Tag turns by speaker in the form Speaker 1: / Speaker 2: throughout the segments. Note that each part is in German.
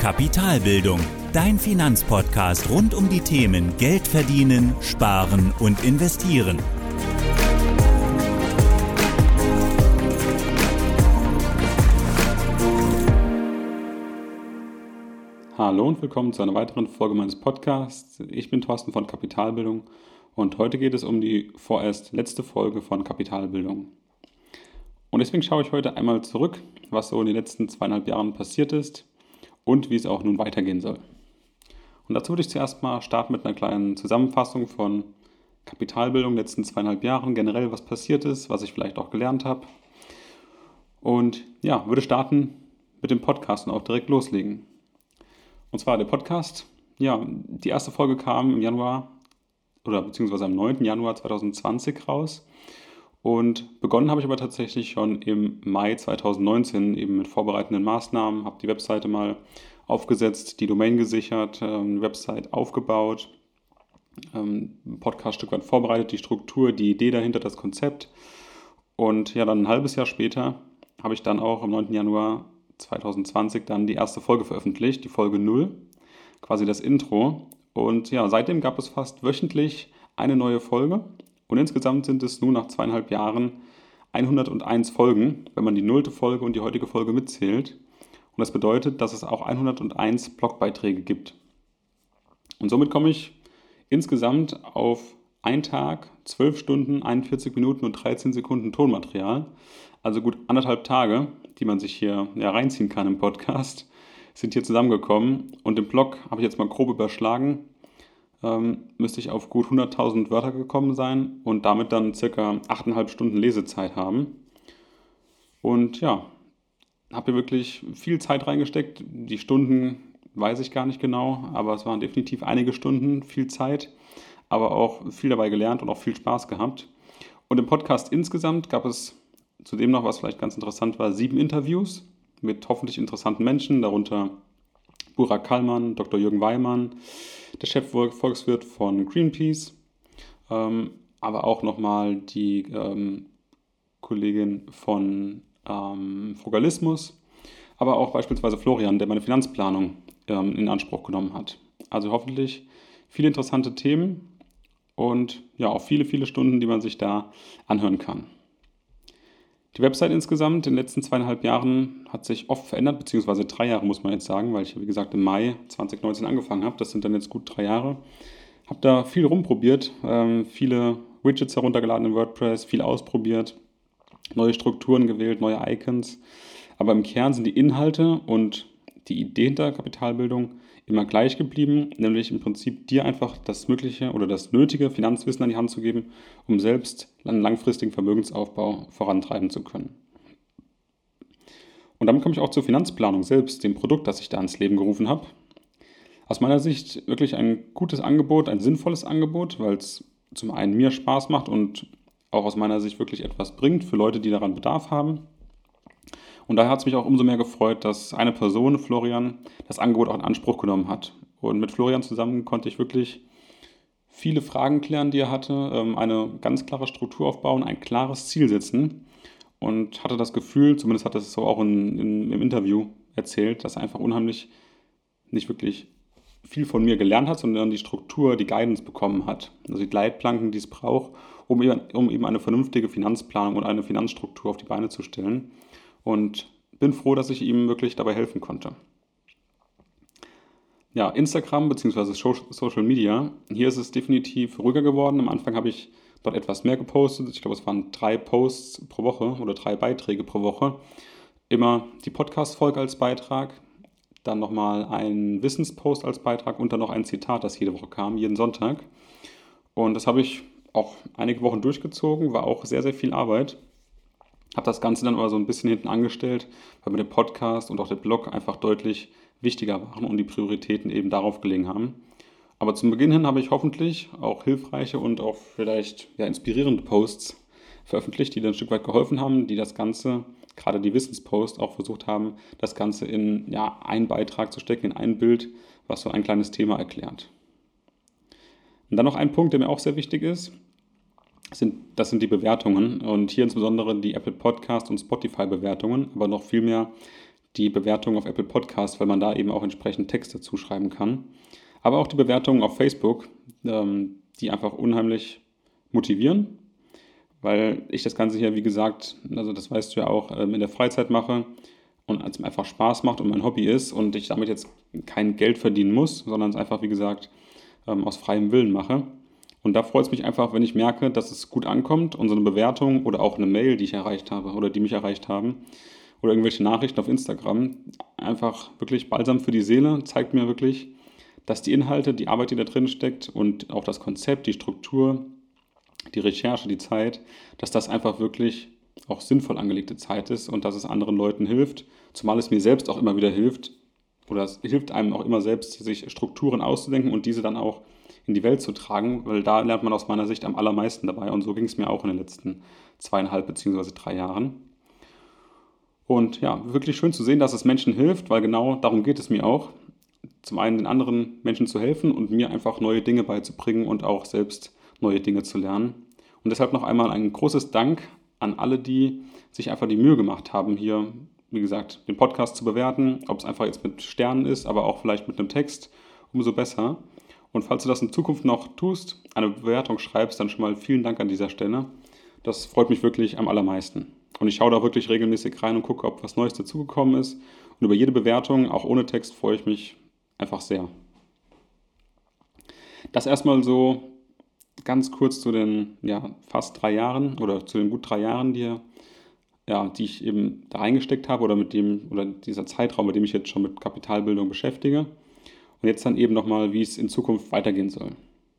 Speaker 1: Kapitalbildung, dein Finanzpodcast rund um die Themen Geld verdienen, sparen und investieren.
Speaker 2: Hallo und willkommen zu einer weiteren Folge meines Podcasts. Ich bin Thorsten von Kapitalbildung und heute geht es um die vorerst letzte Folge von Kapitalbildung. Und deswegen schaue ich heute einmal zurück, was so in den letzten 2,5 Jahren passiert ist und wie es auch nun weitergehen soll. Und dazu würde ich zuerst mal starten mit einer kleinen Zusammenfassung von Kapitalbildung in den letzten 2,5 Jahren, generell was passiert ist, was ich vielleicht auch gelernt habe. Und ja, würde starten mit dem Podcast und auch direkt loslegen. Und zwar der Podcast, die erste Folge kam im Januar oder beziehungsweise am 9. Januar 2020 raus. Und begonnen habe ich aber tatsächlich schon im Mai 2019 eben mit vorbereitenden Maßnahmen, habe die Webseite mal aufgesetzt, die Domain gesichert, die Website aufgebaut, Podcast ein Stück weit vorbereitet, die Struktur, die Idee dahinter, das Konzept. Und ja, dann ein halbes Jahr später habe ich dann auch am 9. Januar 2020 dann die erste Folge veröffentlicht, die Folge 0, quasi das Intro. Und ja, seitdem gab es fast wöchentlich eine neue Folge. Und insgesamt sind es nun nach 2,5 Jahren 101 Folgen, wenn man die 0. Folge und die heutige Folge mitzählt. Und das bedeutet, dass es auch 101 Blogbeiträge gibt. Und somit komme ich insgesamt auf einen Tag, 12 Stunden, 41 Minuten und 13 Sekunden Tonmaterial. Also gut 1,5 Tage, die man sich hier reinziehen kann im Podcast, sind hier zusammengekommen. Und im Blog habe ich jetzt mal grob überschlagen, müsste ich auf gut 100.000 Wörter gekommen sein und damit dann circa 8,5 Stunden Lesezeit haben. Und ja, habe hier wirklich viel Zeit reingesteckt. Die Stunden weiß ich gar nicht genau, aber es waren definitiv einige Stunden, viel Zeit, aber auch viel dabei gelernt und auch viel Spaß gehabt. Und im Podcast insgesamt gab es zudem noch, was vielleicht ganz interessant war, 7 Interviews mit hoffentlich interessanten Menschen, darunter Burak Kallmann, Dr. Jürgen Weimann, der Chefvolkswirt von Greenpeace, aber auch nochmal die Kollegin von Frugalismus, aber auch beispielsweise Florian, der meine Finanzplanung in Anspruch genommen hat. Also hoffentlich viele interessante Themen und ja auch viele, viele Stunden, die man sich da anhören kann. Die Website insgesamt in den letzten 2,5 Jahren hat sich oft verändert, beziehungsweise 3 Jahre muss man jetzt sagen, weil ich, wie gesagt, im Mai 2019 angefangen habe. Das sind dann jetzt gut 3 Jahre. Habe da viel rumprobiert, viele Widgets heruntergeladen in WordPress, viel ausprobiert, neue Strukturen gewählt, neue Icons. Aber im Kern sind die Inhalte und die Idee hinter Kapitalbildung immer gleich geblieben, nämlich im Prinzip dir einfach das mögliche oder das nötige Finanzwissen an die Hand zu geben, um selbst einen langfristigen Vermögensaufbau vorantreiben zu können. Und damit komme ich auch zur Finanzplanung selbst, dem Produkt, das ich da ins Leben gerufen habe. Aus meiner Sicht wirklich ein gutes Angebot, ein sinnvolles Angebot, weil es zum einen mir Spaß macht und auch aus meiner Sicht wirklich etwas bringt für Leute, die daran Bedarf haben. Und daher hat es mich auch umso mehr gefreut, dass eine Person, Florian, das Angebot auch in Anspruch genommen hat. Und mit Florian zusammen konnte ich wirklich viele Fragen klären, die er hatte, eine ganz klare Struktur aufbauen, ein klares Ziel setzen und hatte das Gefühl, zumindest hat er es so auch im Interview erzählt, dass er einfach unheimlich nicht wirklich viel von mir gelernt hat, sondern die Struktur, die Guidance bekommen hat. Also die Leitplanken, die es braucht, um eben eine vernünftige Finanzplanung und eine Finanzstruktur auf die Beine zu stellen. Und bin froh, dass ich ihm wirklich dabei helfen konnte. Ja, Instagram bzw. Social Media, hier ist es definitiv ruhiger geworden. Am Anfang habe ich dort etwas mehr gepostet. Ich glaube, es waren 3 Posts pro Woche oder 3 Beiträge pro Woche. Immer die Podcast-Folge als Beitrag, dann nochmal ein Wissenspost als Beitrag und dann noch ein Zitat, das jede Woche kam, jeden Sonntag. Und das habe ich auch einige Wochen durchgezogen, war auch sehr, sehr viel Arbeit. Habe das Ganze dann aber so ein bisschen hinten angestellt, weil mir der Podcast und auch der Blog einfach deutlich wichtiger waren und die Prioritäten eben darauf gelegen haben. Aber zum Beginn hin habe ich hoffentlich auch hilfreiche und auch vielleicht inspirierende Posts veröffentlicht, die dann ein Stück weit geholfen haben, die das Ganze, gerade die Wissensposts, auch versucht haben, das Ganze in einen Beitrag zu stecken, in ein Bild, was so ein kleines Thema erklärt. Und dann noch ein Punkt, der mir auch sehr wichtig ist. Das sind die Bewertungen und hier insbesondere die Apple Podcast und Spotify Bewertungen, aber noch viel mehr die Bewertungen auf Apple Podcasts, weil man da eben auch entsprechend Text dazu schreiben kann. Aber auch die Bewertungen auf Facebook, die einfach unheimlich motivieren, weil ich das Ganze hier, wie gesagt, also das weißt du ja auch, in der Freizeit mache und es mir einfach Spaß macht und mein Hobby ist und ich damit jetzt kein Geld verdienen muss, sondern es einfach, wie gesagt, aus freiem Willen mache. Und da freut es mich einfach, wenn ich merke, dass es gut ankommt und so eine Bewertung oder auch eine Mail, die ich erreicht habe oder die mich erreicht haben oder irgendwelche Nachrichten auf Instagram, einfach wirklich Balsam für die Seele, zeigt mir wirklich, dass die Inhalte, die Arbeit, die da drin steckt und auch das Konzept, die Struktur, die Recherche, die Zeit, dass das einfach wirklich auch sinnvoll angelegte Zeit ist und dass es anderen Leuten hilft, zumal es mir selbst auch immer wieder hilft oder es hilft einem auch immer selbst, sich Strukturen auszudenken und diese dann auch in die Welt zu tragen, weil da lernt man aus meiner Sicht am allermeisten dabei und so ging es mir auch in den letzten 2,5 bzw. 3 Jahren. Und ja, wirklich schön zu sehen, dass es Menschen hilft, weil genau darum geht es mir auch. Zum einen den anderen Menschen zu helfen und mir einfach neue Dinge beizubringen und auch selbst neue Dinge zu lernen. Und deshalb noch einmal ein großes Dank an alle, die sich einfach die Mühe gemacht haben, hier, wie gesagt, den Podcast zu bewerten. Ob es einfach jetzt mit Sternen ist, aber auch vielleicht mit einem Text, umso besser. Und falls du das in Zukunft noch tust, eine Bewertung schreibst, dann schon mal vielen Dank an dieser Stelle. Das freut mich wirklich am allermeisten. Und ich schaue da wirklich regelmäßig rein und gucke, ob was Neues dazugekommen ist. Und über jede Bewertung, auch ohne Text, freue ich mich einfach sehr. Das erstmal so ganz kurz zu den fast 3 Jahren oder zu den gut 3 Jahren, die ich eben da reingesteckt habe oder dieser Zeitraum, mit dem ich jetzt schon mit Kapitalbildung beschäftige. Und jetzt dann eben nochmal, wie es in Zukunft weitergehen soll.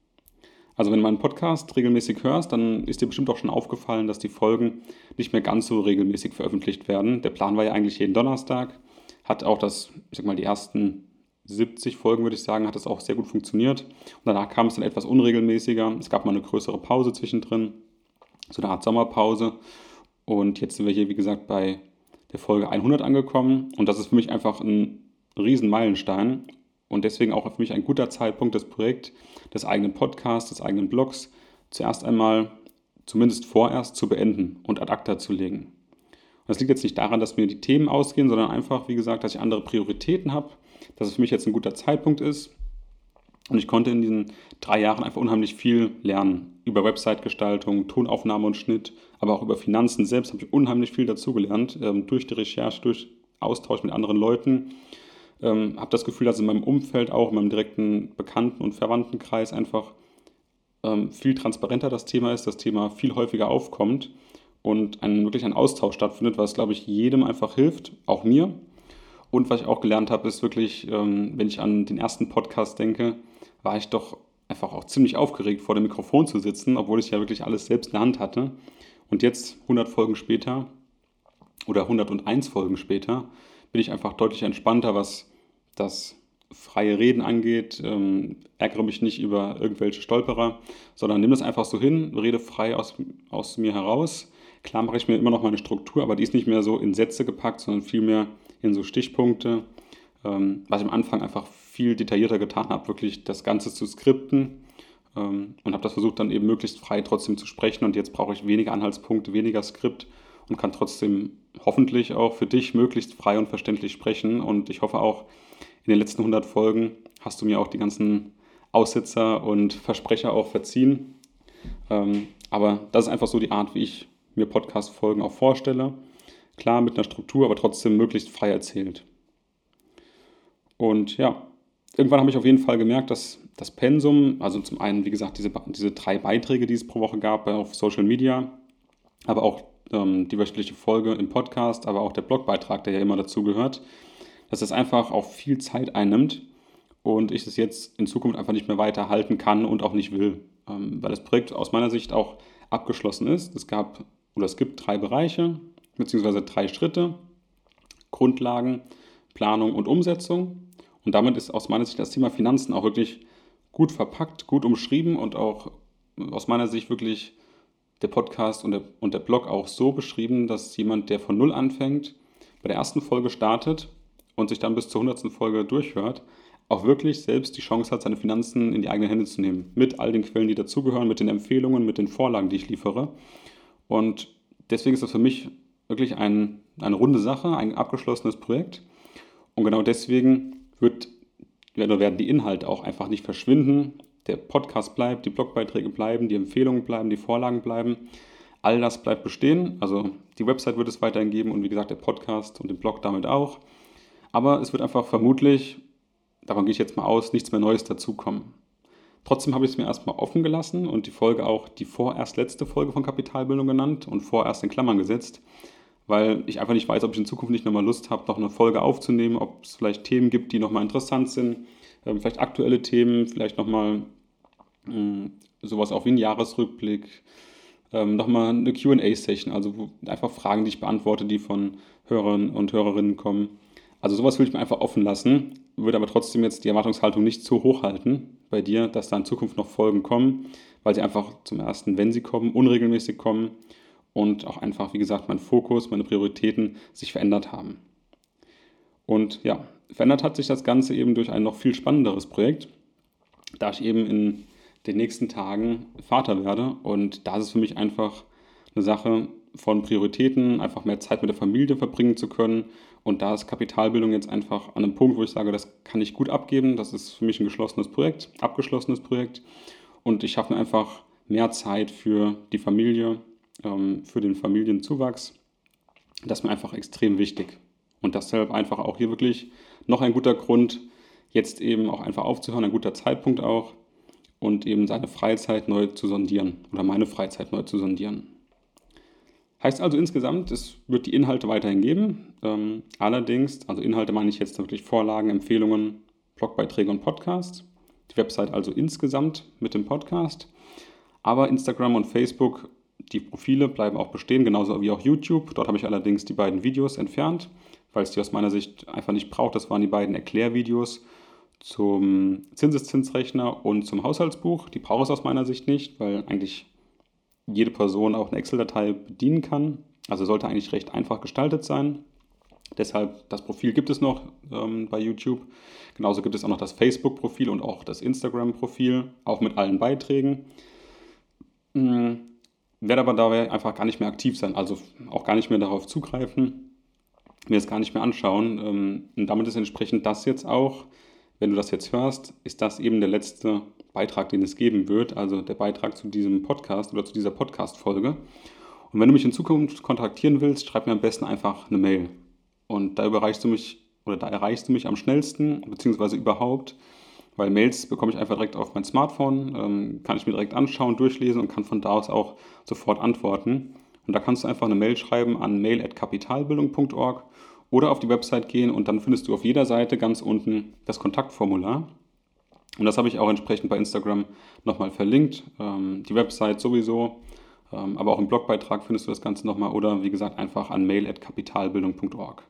Speaker 2: Also wenn du meinen Podcast regelmäßig hörst, dann ist dir bestimmt auch schon aufgefallen, dass die Folgen nicht mehr ganz so regelmäßig veröffentlicht werden. Der Plan war ja eigentlich jeden Donnerstag, hat auch die ersten 70 Folgen, würde ich sagen, hat das auch sehr gut funktioniert. Und danach kam es dann etwas unregelmäßiger. Es gab mal eine größere Pause zwischendrin, so eine Art Sommerpause. Und jetzt sind wir hier, wie gesagt, bei der Folge 100 angekommen. Und das ist für mich einfach ein riesen Meilenstein. Und deswegen auch für mich ein guter Zeitpunkt, das Projekt des eigenen Podcasts, des eigenen Blogs zuerst einmal, zumindest vorerst, zu beenden und ad acta zu legen. Und das liegt jetzt nicht daran, dass mir die Themen ausgehen, sondern einfach, wie gesagt, dass ich andere Prioritäten habe, dass es für mich jetzt ein guter Zeitpunkt ist. Und ich konnte in diesen 3 Jahren einfach unheimlich viel lernen. Über Website-Gestaltung, Tonaufnahme und Schnitt, aber auch über Finanzen selbst habe ich unheimlich viel dazugelernt, durch die Recherche, durch Austausch mit anderen Leuten. Habe das Gefühl, dass in meinem Umfeld, auch in meinem direkten Bekannten- und Verwandtenkreis einfach viel transparenter das Thema viel häufiger aufkommt und wirklich ein Austausch stattfindet, was, glaube ich, jedem einfach hilft, auch mir. Und was ich auch gelernt habe, ist wirklich, wenn ich an den ersten Podcast denke, war ich doch einfach auch ziemlich aufgeregt, vor dem Mikrofon zu sitzen, obwohl ich ja wirklich alles selbst in der Hand hatte. Und jetzt, 100 Folgen später oder 101 Folgen später, bin ich einfach deutlich entspannter, was das freie Reden angeht. Ärgere mich nicht über irgendwelche Stolperer, sondern nehme das einfach so hin, rede frei aus mir heraus. Klar mache ich mir immer noch meine Struktur, aber die ist nicht mehr so in Sätze gepackt, sondern vielmehr in so Stichpunkte, was ich am Anfang einfach viel detaillierter getan habe, wirklich das Ganze zu skripten und habe das versucht dann eben möglichst frei trotzdem zu sprechen und jetzt brauche ich weniger Anhaltspunkte, weniger Skript und kann trotzdem hoffentlich auch für dich möglichst frei und verständlich sprechen und ich hoffe auch, in den letzten 100 Folgen hast du mir auch die ganzen Aussetzer und Versprecher auch verziehen, aber das ist einfach so die Art, wie ich mir Podcast-Folgen auch vorstelle. Klar mit einer Struktur, aber trotzdem möglichst frei erzählt. Und ja, irgendwann habe ich auf jeden Fall gemerkt, dass das Pensum, also zum einen, wie gesagt, diese 3 Beiträge, die es pro Woche gab auf Social Media, aber auch die wöchentliche Folge im Podcast, aber auch der Blogbeitrag, der ja immer dazu gehört, dass das einfach auch viel Zeit einnimmt und ich es jetzt in Zukunft einfach nicht mehr weiter halten kann und auch nicht will, weil das Projekt aus meiner Sicht auch abgeschlossen ist. Es gibt 3 Bereiche, beziehungsweise 3 Schritte, Grundlagen, Planung und Umsetzung. Und damit ist aus meiner Sicht das Thema Finanzen auch wirklich gut verpackt, gut umschrieben und auch aus meiner Sicht wirklich der Podcast und der Blog auch so beschrieben, dass jemand, der von Null anfängt, bei der ersten Folge startet und sich dann bis zur 100. Folge durchhört, auch wirklich selbst die Chance hat, seine Finanzen in die eigenen Hände zu nehmen. Mit all den Quellen, die dazugehören, mit den Empfehlungen, mit den Vorlagen, die ich liefere. Und deswegen ist das für mich wirklich eine runde Sache, ein abgeschlossenes Projekt. Und genau deswegen werden die Inhalte auch einfach nicht verschwinden. Der Podcast bleibt, die Blogbeiträge bleiben, die Empfehlungen bleiben, die Vorlagen bleiben. All das bleibt bestehen. Also die Website wird es weiterhin geben und wie gesagt der Podcast und den Blog damit auch. Aber es wird einfach vermutlich, davon gehe ich jetzt mal aus, nichts mehr Neues dazukommen. Trotzdem habe ich es mir erstmal offen gelassen und die Folge auch die vorerst letzte Folge von Kapitalbildung genannt und vorerst in Klammern gesetzt, weil ich einfach nicht weiß, ob ich in Zukunft nicht nochmal Lust habe, noch eine Folge aufzunehmen, ob es vielleicht Themen gibt, die nochmal interessant sind, vielleicht aktuelle Themen, vielleicht nochmal sowas auch wie ein Jahresrückblick, nochmal eine Q&A-Session, also einfach Fragen, die ich beantworte, die von Hörern und Hörerinnen kommen. Also sowas will ich mir einfach offen lassen, würde aber trotzdem jetzt die Erwartungshaltung nicht so hoch halten bei dir, dass da in Zukunft noch Folgen kommen, weil sie einfach zum ersten, wenn sie kommen, unregelmäßig kommen und auch einfach, wie gesagt, mein Fokus, meine Prioritäten sich verändert haben. Und ja, verändert hat sich das Ganze eben durch ein noch viel spannenderes Projekt, da ich eben in den nächsten Tagen Vater werde und da ist es für mich einfach eine Sache von Prioritäten, einfach mehr Zeit mit der Familie verbringen zu können und da ist Kapitalbildung jetzt einfach an einem Punkt, wo ich sage, das kann ich gut abgeben, das ist für mich ein abgeschlossenes Projekt und ich schaffe mir einfach mehr Zeit für die Familie, für den Familienzuwachs. Das ist mir einfach extrem wichtig und deshalb einfach auch hier wirklich noch ein guter Grund, jetzt eben auch einfach aufzuhören, ein guter Zeitpunkt auch und eben seine Freizeit neu zu sondieren oder meine Freizeit neu zu sondieren. Heißt also insgesamt, es wird die Inhalte weiterhin geben. Allerdings, also Inhalte meine ich jetzt wirklich Vorlagen, Empfehlungen, Blogbeiträge und Podcasts. Die Website also insgesamt mit dem Podcast. Aber Instagram und Facebook, die Profile bleiben auch bestehen, genauso wie auch YouTube. Dort habe ich allerdings die beiden Videos entfernt, weil es die aus meiner Sicht einfach nicht braucht. Das waren die beiden Erklärvideos zum Zinseszinsrechner und zum Haushaltsbuch. Die brauche es aus meiner Sicht nicht, weil eigentlich jede Person auch eine Excel-Datei bedienen kann. Also sollte eigentlich recht einfach gestaltet sein. Deshalb, das Profil gibt es noch bei YouTube. Genauso gibt es auch noch das Facebook-Profil und auch das Instagram-Profil, auch mit allen Beiträgen. Werde aber dabei einfach gar nicht mehr aktiv sein, also auch gar nicht mehr darauf zugreifen, mir das gar nicht mehr anschauen. Und damit ist entsprechend das jetzt auch, wenn du das jetzt hörst, ist das eben der letzte Beitrag, den es geben wird, also der Beitrag zu diesem Podcast oder zu dieser Podcast-Folge. Und wenn du mich in Zukunft kontaktieren willst, schreib mir am besten einfach eine Mail. Und da erreichst du mich am schnellsten, beziehungsweise überhaupt, weil Mails bekomme ich einfach direkt auf mein Smartphone, kann ich mir direkt anschauen, durchlesen und kann von da aus auch sofort antworten. Und da kannst du einfach eine Mail schreiben an mail@kapitalbildung.org oder auf die Website gehen und dann findest du auf jeder Seite ganz unten das Kontaktformular. Und das habe ich auch entsprechend bei Instagram nochmal verlinkt. Die Website sowieso, aber auch im Blogbeitrag findest du das Ganze nochmal oder wie gesagt einfach an mail@kapitalbildung.org.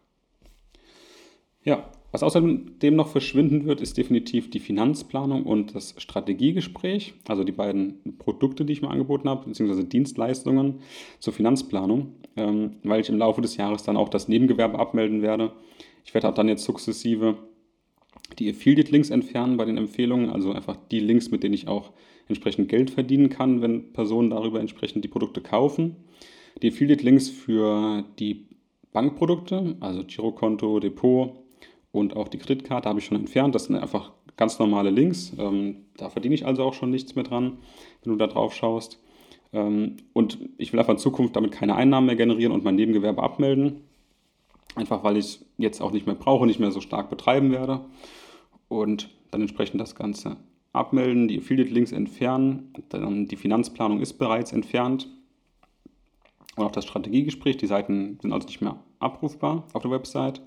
Speaker 2: Ja, was außerdem noch verschwinden wird, ist definitiv die Finanzplanung und das Strategiegespräch, also die beiden Produkte, die ich mir angeboten habe, beziehungsweise Dienstleistungen zur Finanzplanung, weil ich im Laufe des Jahres dann auch das Nebengewerbe abmelden werde. Ich werde auch dann jetzt sukzessive die Affiliate-Links entfernen bei den Empfehlungen, also einfach die Links, mit denen ich auch entsprechend Geld verdienen kann, wenn Personen darüber entsprechend die Produkte kaufen. Die Affiliate-Links für die Bankprodukte, also Girokonto, Depot und auch die Kreditkarte habe ich schon entfernt. Das sind einfach ganz normale Links. Da verdiene ich also auch schon nichts mehr dran, wenn du da drauf schaust. Und ich will einfach in Zukunft damit keine Einnahmen mehr generieren und mein Nebengewerbe abmelden. Einfach weil ich es jetzt auch nicht mehr brauche, nicht mehr so stark betreiben werde. Und dann entsprechend das Ganze abmelden, die Affiliate-Links entfernen. Dann die Finanzplanung ist bereits entfernt. Und auch das Strategiegespräch, die Seiten sind also nicht mehr abrufbar auf der Website.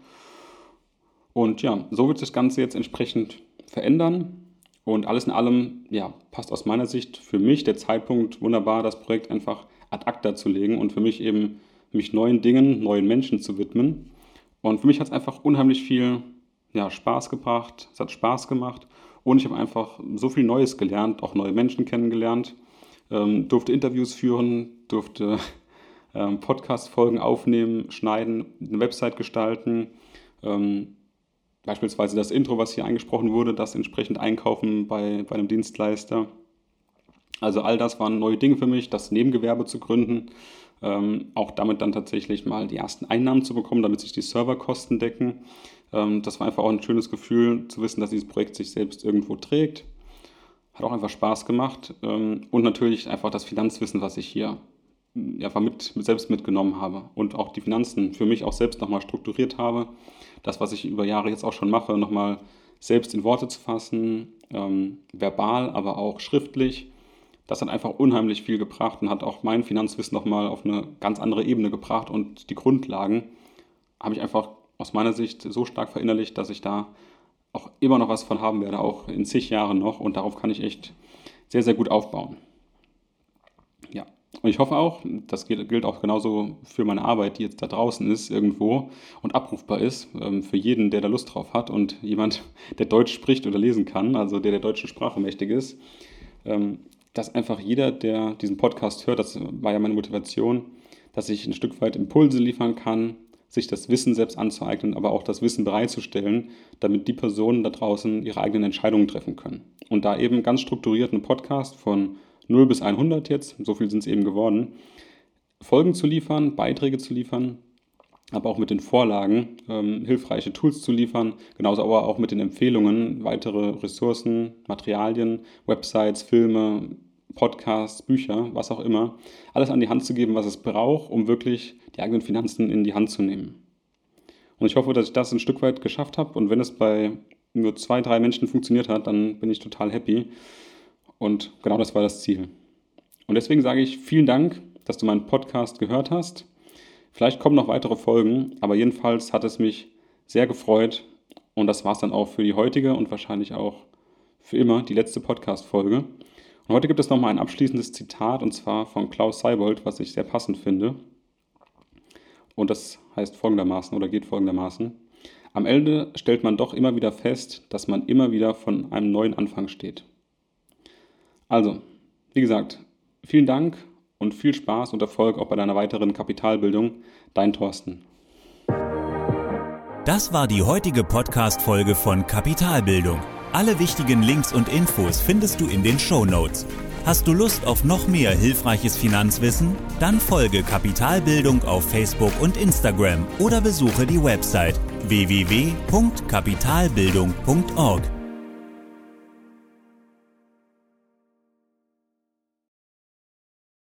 Speaker 2: Und ja, so wird sich das Ganze jetzt entsprechend verändern. Und alles in allem, ja, passt aus meiner Sicht für mich der Zeitpunkt wunderbar, das Projekt einfach ad acta zu legen und für mich eben mich neuen Dingen, neuen Menschen zu widmen. Und für mich hat es einfach unheimlich viel Spaß gebracht, es hat Spaß gemacht und ich habe einfach so viel Neues gelernt, auch neue Menschen kennengelernt, durfte Interviews führen, durfte Podcast-Folgen aufnehmen, schneiden, eine Website gestalten, beispielsweise das Intro, was hier eingesprochen wurde, das entsprechend einkaufen bei einem Dienstleister. Also all das waren neue Dinge für mich, das Nebengewerbe zu gründen, auch damit dann tatsächlich mal die ersten Einnahmen zu bekommen, damit sich die Serverkosten decken. Das war einfach auch ein schönes Gefühl, zu wissen, dass dieses Projekt sich selbst irgendwo trägt. Hat auch einfach Spaß gemacht und natürlich einfach das Finanzwissen, was ich hier einfach selbst mitgenommen habe und auch die Finanzen für mich auch selbst nochmal strukturiert habe. Das, was ich über Jahre jetzt auch schon mache, nochmal selbst in Worte zu fassen, verbal, aber auch schriftlich. Das hat einfach unheimlich viel gebracht und hat auch mein Finanzwissen nochmal auf eine ganz andere Ebene gebracht und die Grundlagen habe ich einfach aus meiner Sicht so stark verinnerlicht, dass ich da auch immer noch was von haben werde, auch in zig Jahren noch und darauf kann ich echt sehr, sehr gut aufbauen. Ja, und ich hoffe auch, das gilt auch genauso für meine Arbeit, die jetzt da draußen ist irgendwo und abrufbar ist, für jeden, der da Lust drauf hat und jemand, der Deutsch spricht oder lesen kann, also der deutschen Sprache mächtig ist, dass einfach jeder, der diesen Podcast hört, das war ja meine Motivation, dass ich ein Stück weit Impulse liefern kann, sich das Wissen selbst anzueignen, aber auch das Wissen bereitzustellen, damit die Personen da draußen ihre eigenen Entscheidungen treffen können. Und da eben ganz strukturiert einen Podcast von 0 bis 100 jetzt, so viel sind es eben geworden, Folgen zu liefern, Beiträge zu liefern, aber auch mit den Vorlagen hilfreiche Tools zu liefern, genauso aber auch mit den Empfehlungen, weitere Ressourcen, Materialien, Websites, Filme, Podcasts, Bücher, was auch immer, alles an die Hand zu geben, was es braucht, um wirklich die eigenen Finanzen in die Hand zu nehmen. Und ich hoffe, dass ich das ein Stück weit geschafft habe und wenn es bei nur 2, 3 Menschen funktioniert hat, dann bin ich total happy und genau das war das Ziel. Und deswegen sage ich vielen Dank, dass du meinen Podcast gehört hast. Vielleicht kommen noch weitere Folgen, aber jedenfalls hat es mich sehr gefreut und das war es dann auch für die heutige und wahrscheinlich auch für immer die letzte Podcast-Folge. Und heute gibt es nochmal ein abschließendes Zitat und zwar von Klaus Seibold, was ich sehr passend finde. Und das heißt folgendermaßen oder geht folgendermaßen. Am Ende stellt man doch immer wieder fest, dass man immer wieder von einem neuen Anfang steht. Also, wie gesagt, vielen Dank und viel Spaß und Erfolg auch bei deiner weiteren Kapitalbildung. Dein Thorsten.
Speaker 1: Das war die heutige Podcast-Folge von Kapitalbildung. Alle wichtigen Links und Infos findest du in den Shownotes. Hast du Lust auf noch mehr hilfreiches Finanzwissen? Dann folge Kapitalbildung auf Facebook und Instagram oder besuche die Website www.kapitalbildung.org.